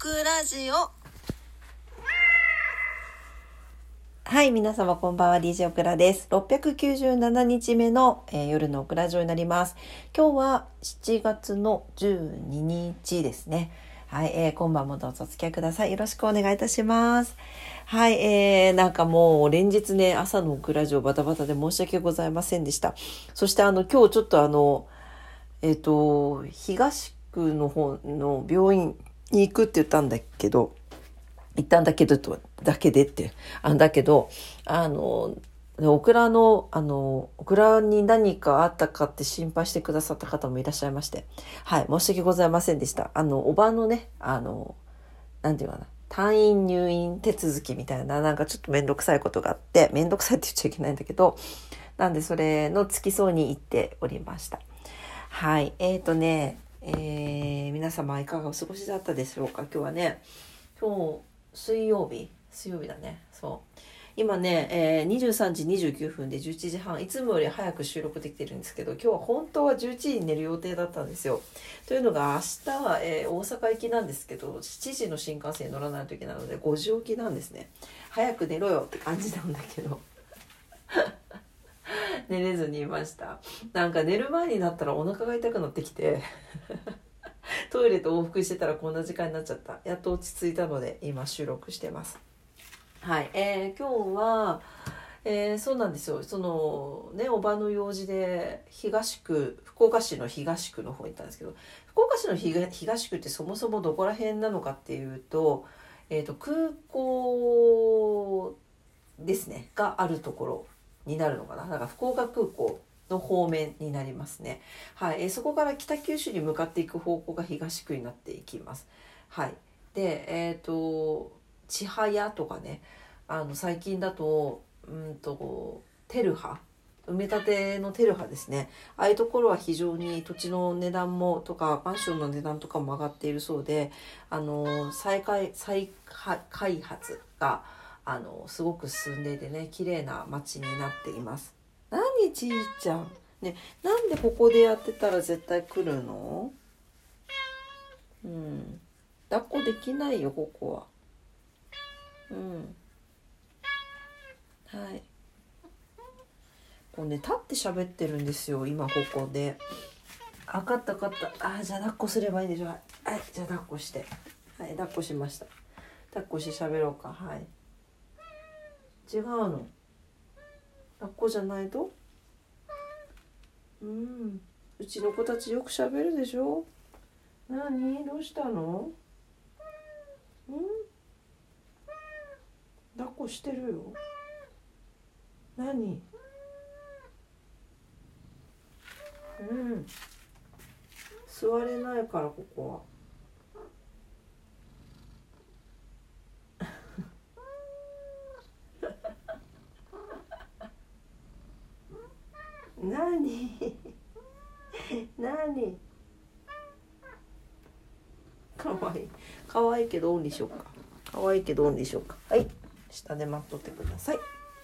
クラジオ。 はい、皆様こんばんは。 DJ オクラです。697日目の、夜のオクラジオになります。今日は7月の12日ですね。はい、今晩もどうぞお付き合いください。よろしくお願いいたします。はい、なんかもう連日ね、朝のオクラジオバタバタで申し訳ございませんでした。そして今日ちょっと東区の方の病院に行くって言ったんだけど、オクラに何かあったかって心配してくださった方もいらっしゃいまして、はい、申し訳ございませんでした。おばのね、なんていうかな、退院入院手続きみたいな、なんかちょっとめんどくさいことがあって、めんどくさいって言っちゃいけないんだけど、なんでそれの付き添いに行っておりました。はい、皆様いかがお過ごしだったでしょうか。今日はね、水曜日だね。そう今ね、23時29分で11時半、いつもより早く収録できてるんですけど、今日は本当は11時に寝る予定だったんですよ。というのが明日は、大阪行きなんですけど、7時の新幹線に乗らないといけないので5時起きなんですね。早く寝ろよって感じなんだけど寝れずにいました。なんか寝る前になったらお腹が痛くなってきてトイレと往復してたらこんな時間になっちゃった。やっと落ち着いたので今収録してます。はい、今日は、そうなんですよ。そのね、おばの用事で福岡市の東区の方に行ったんですけど、福岡市の東区ってそもそもどこら辺なのかっていうと、空港ですねがあるところになるのかな。だから福岡空港の方面になりますね。はい、そこから北九州に向かっていく方向が東区になっていきます。はい。で、千早とかね、最近だとテルハ、埋め立てのテルハですね。ああいうところは非常に土地の値段もとかマンションの値段とかも上がっているそうで、再開発がすごく進んでいてね、綺麗な街になっています。何ちいちゃんね、なんでここでやってたら絶対来るの？抱っこできないよここは。はい。こうね、立って喋ってるんですよ今ここで。分かった。じゃあ抱っこすればいいでしょ。はい、じゃあ抱っこして。はい、抱っこしました。抱っこして喋ろうか。はい。違うの。抱っこじゃないと。うちの子たちよく喋るでしょ。何？どうしたの？抱っこしてるよ。何？座れないからここは何かわいいけどオンにしようか。はい、下で待っとってください。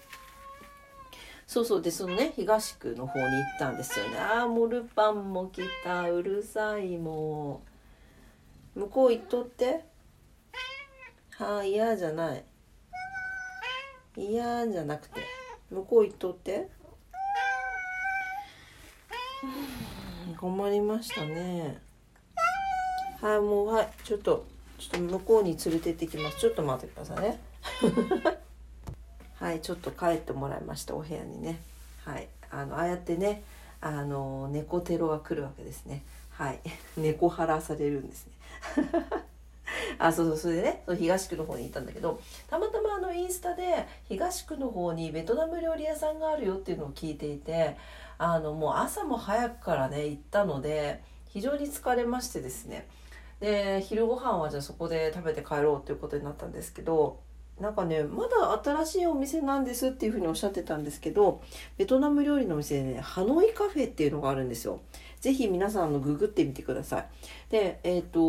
そうで、そのね、東区の方に行ったんですよね。もうルパンも来た。うるさい。もう向こう行っとって。嫌じゃない。嫌じゃなくて向こう行っとって。困りましたね。ちょっと向こうに連れてってきます。ちょっと待ってくださいねはい、ちょっと帰ってもらいました、お部屋にね。はい、ああやってね、猫テロが来るわけですね。はい、猫ハラされるんですねそれでね、東区の方に行ったんだけど、たまたまインスタで東区の方にベトナム料理屋さんがあるよっていうのを聞いていて、もう朝も早くからね行ったので非常に疲れましてですね。で、昼ご飯はじゃあそこで食べて帰ろうということになったんですけど、なんかね、まだ新しいお店なんですっていうふうにおっしゃってたんですけど、ベトナム料理のお店でね、ハノイカフェっていうのがあるんですよ。ぜひ皆さんググってみてください。で、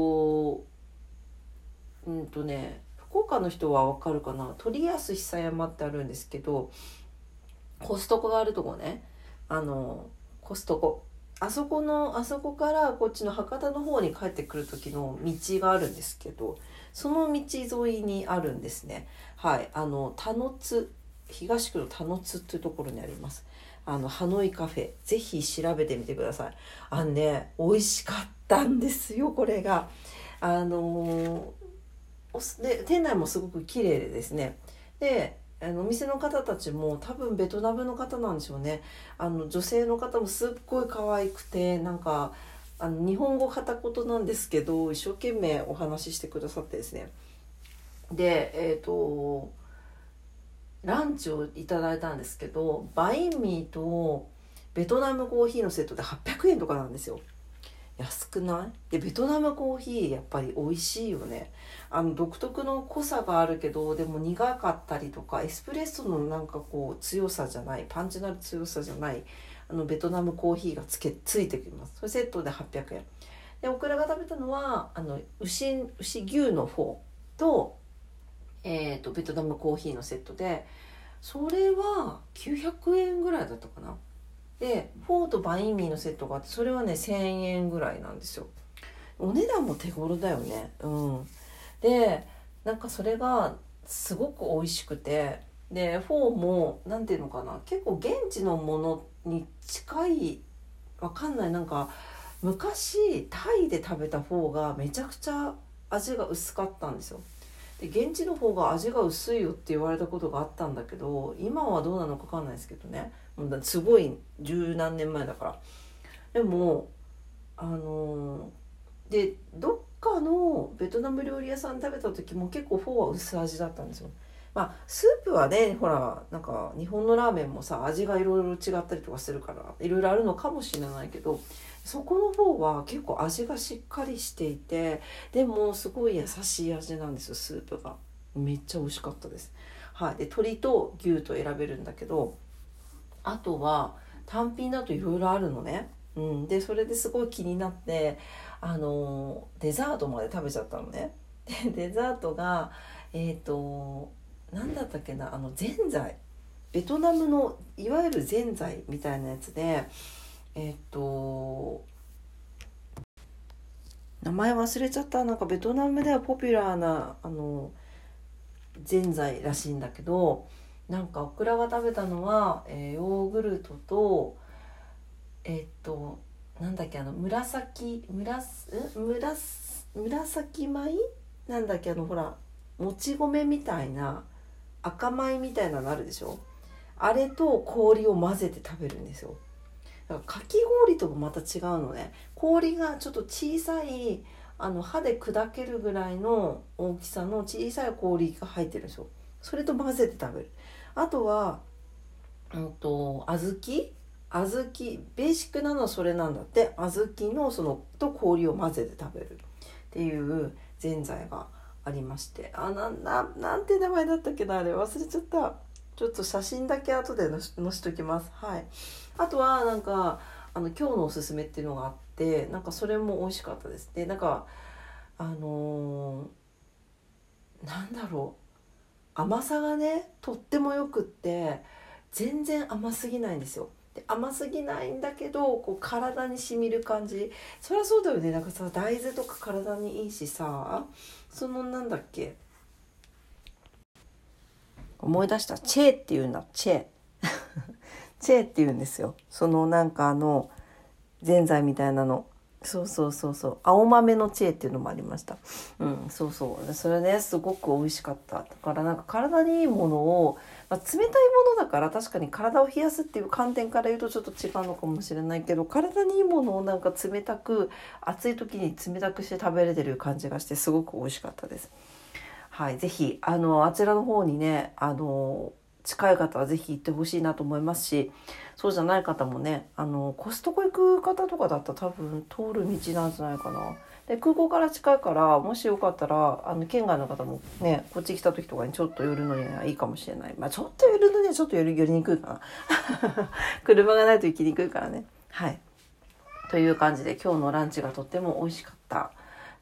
福岡の人はわかるかな。鳥安久山ってあるんですけど、コストコがあるとこね。コストコあそこからこっちの博多の方に帰ってくる時の道があるんですけど、その道沿いにあるんですね。はい、田野津、東区の田野津っていうところにあります。ハノイカフェ、ぜひ調べてみてください。美味しかったんですよ、これが。で店内もすごく綺麗でですね。でお店の方たちも多分ベトナムの方なんでしょうね。女性の方もすっごい可愛くて、なんか日本語片言なんですけど一生懸命お話ししてくださってですね。でランチをいただいたんですけど、バインミーとベトナムコーヒーのセットで800円とかなんですよ。安くない？でベトナムコーヒーやっぱり美味しいよね。独特の濃さがあるけど、でも苦かったりとか、エスプレッソのなんかこう強さじゃない、パンチのある強さじゃないベトナムコーヒーがついてきます。それセットで800円で、オクラが食べたのは牛のフォーと、ベトナムコーヒーのセットで、それは900円ぐらいだったかな。でフォーとバインミーのセットがあって、それはね1000円ぐらいなんですよ。お値段も手頃だよね。でなんかそれがすごく美味しくて、でフォーもなんていうのかな、結構現地のものに近い、わかんない、なんか昔タイで食べたフォーがめちゃくちゃ味が薄かったんですよ。で現地の方が味が薄いよって言われたことがあったんだけど、今はどうなのか分かんないですけどね、すごい十何年前だから。でもでどっかのベトナム料理屋さん食べた時も結構フォーは薄味だったんですよ。スープはね、ほらなんか日本のラーメンもさ、味がいろいろ違ったりとかするからいろいろあるのかもしれないけど、そこの方は結構味がしっかりしていて、でもすごい優しい味なんですよ。スープがめっちゃ美味しかったです。はい、で鶏と牛と選べるんだけど、あとは単品だといろいろあるのね。でそれですごい気になって、デザートまで食べちゃったのね。でデザートがなんだったっけな、ぜんざい、ベトナムのいわゆるぜんざいみたいなやつで、名前忘れちゃった。なんかベトナムではポピュラーなぜんざいらしいんだけど、なんかオクラが食べたのは、ヨーグルトとなんだっけ、紫米なんだっけ、ほらもち米みたいな赤米みたいなのあるでしょ。あれと氷を混ぜて食べるんですよ。だからかき氷ともまた違うのね。氷がちょっと小さい、歯で砕けるぐらいの大きさの小さい氷が入ってるんですよ。それと混ぜて食べる。あとは小豆ベーシックなのはそれなんだって。小豆のと氷を混ぜて食べるっていうぜんざいがありまして、なんて名前だったっけな、あれ忘れちゃった。ちょっと写真だけ後で載せときます。はい。あとはなんか今日のおすすめっていうのがあって、なんかそれも美味しかったです。でなんかなんだろう、甘さがねとってもよくって、全然甘すぎないんですよ。で甘すぎないんだけどこう体にしみる感じ。そりゃそうだよね。なんかさ、大豆とか体にいいしさ、なんだっけ、思い出した、チェーっていうんだ、チェーチェーっていうんですよ。なんかぜんざいみたいなの。そう青豆のチェーっていうのもありました。それねすごく美味しかった。だからなんか体にいいものを、冷たいものだから確かに体を冷やすっていう観点から言うとちょっと違うのかもしれないけど、体にいいものをなんか冷たく、暑い時に冷たくして食べれてる感じがしてすごく美味しかったです。はい、ぜひあちらの方にね近い方はぜひ行ってほしいなと思いますし、そうじゃない方もねコストコ行く方とかだったら多分通る道なんじゃないかな。で空港から近いから、もしよかったら県外の方もねこっち来た時とかにちょっと寄るのにはいいかもしれない。ちょっと寄るのにはちょっと寄りにくいかな車がないと行きにくいからね。はい、という感じで今日のランチがとっても美味しかった。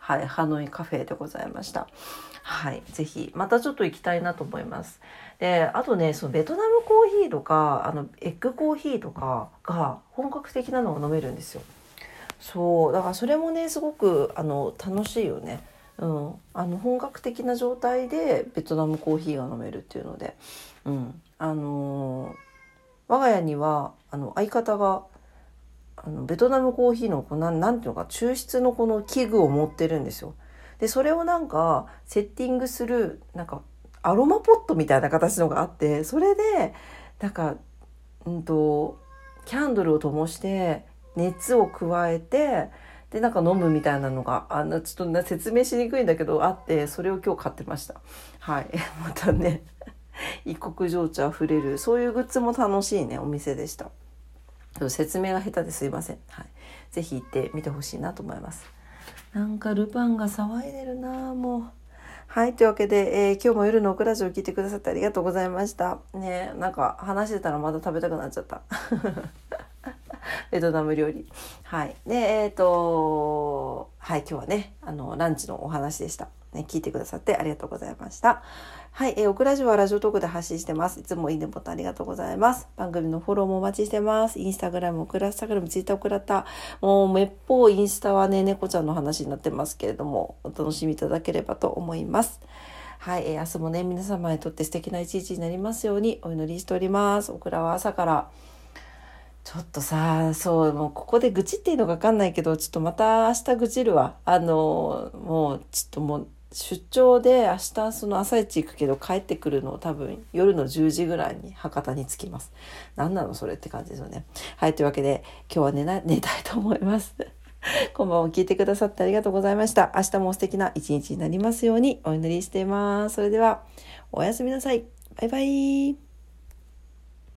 はい、ハノイカフェでございました。はい、ぜひまたちょっと行きたいなと思います。で、あとね、そのベトナムコーヒーとかエッグコーヒーとかが本格的なのが飲めるんですよ。そうだからそれもねすごく楽しいよね。うん、本格的な状態でベトナムコーヒーが飲めるっていうので、うん、我が家には相方がベトナムコーヒーのなんていうのか抽出のこの器具を持ってるんですよ。でそれをなんかセッティングするなんかアロマポットみたいな形のがあって、それでなんかキャンドルを灯して熱を加えてでなんか飲むみたいなのがちょっと説明しにくいんだけどあって、それを今日買ってました。はいまたね異国情緒あふれるそういうグッズも楽しいねお店でした。説明が下手ですいません。はい、ぜひ行ってみてほしいなと思います。なんかルパンが騒いでるなもう。はい、というわけで、今日も夜のオクラジオを聞いてくださってありがとうございましたね。なんか話してたらまた食べたくなっちゃったベトナム料理。はいではい、今日はねランチのお話でした、ね、聞いてくださってありがとうございました。はい、オクラジオはラジオトークで発信してます。いつもいいねボタンありがとうございます。番組のフォローもお待ちしてます。インスタグラム、オクラスタグラム、ツイッターオクラタ。もうめっぽうインスタはね、猫ちゃんの話になってますけれども、お楽しみいただければと思います。はい、明日もね、皆様にとって素敵な一日になりますようにお祈りしております。オクラは朝からちょっとさ、そう、もうここで愚痴っていいのか分かんないけど、ちょっとまた明日愚痴るわ。もう、ちょっともう、出張で明日その朝一行くけど帰ってくるの多分夜の10時ぐらいに博多に着きます。何なのそれって感じですよね。はい、というわけで今日は寝たいと思います。こんばんは、聞いてくださってありがとうございました。明日も素敵な一日になりますようにお祈りしています。それではおやすみなさい。バイバイ。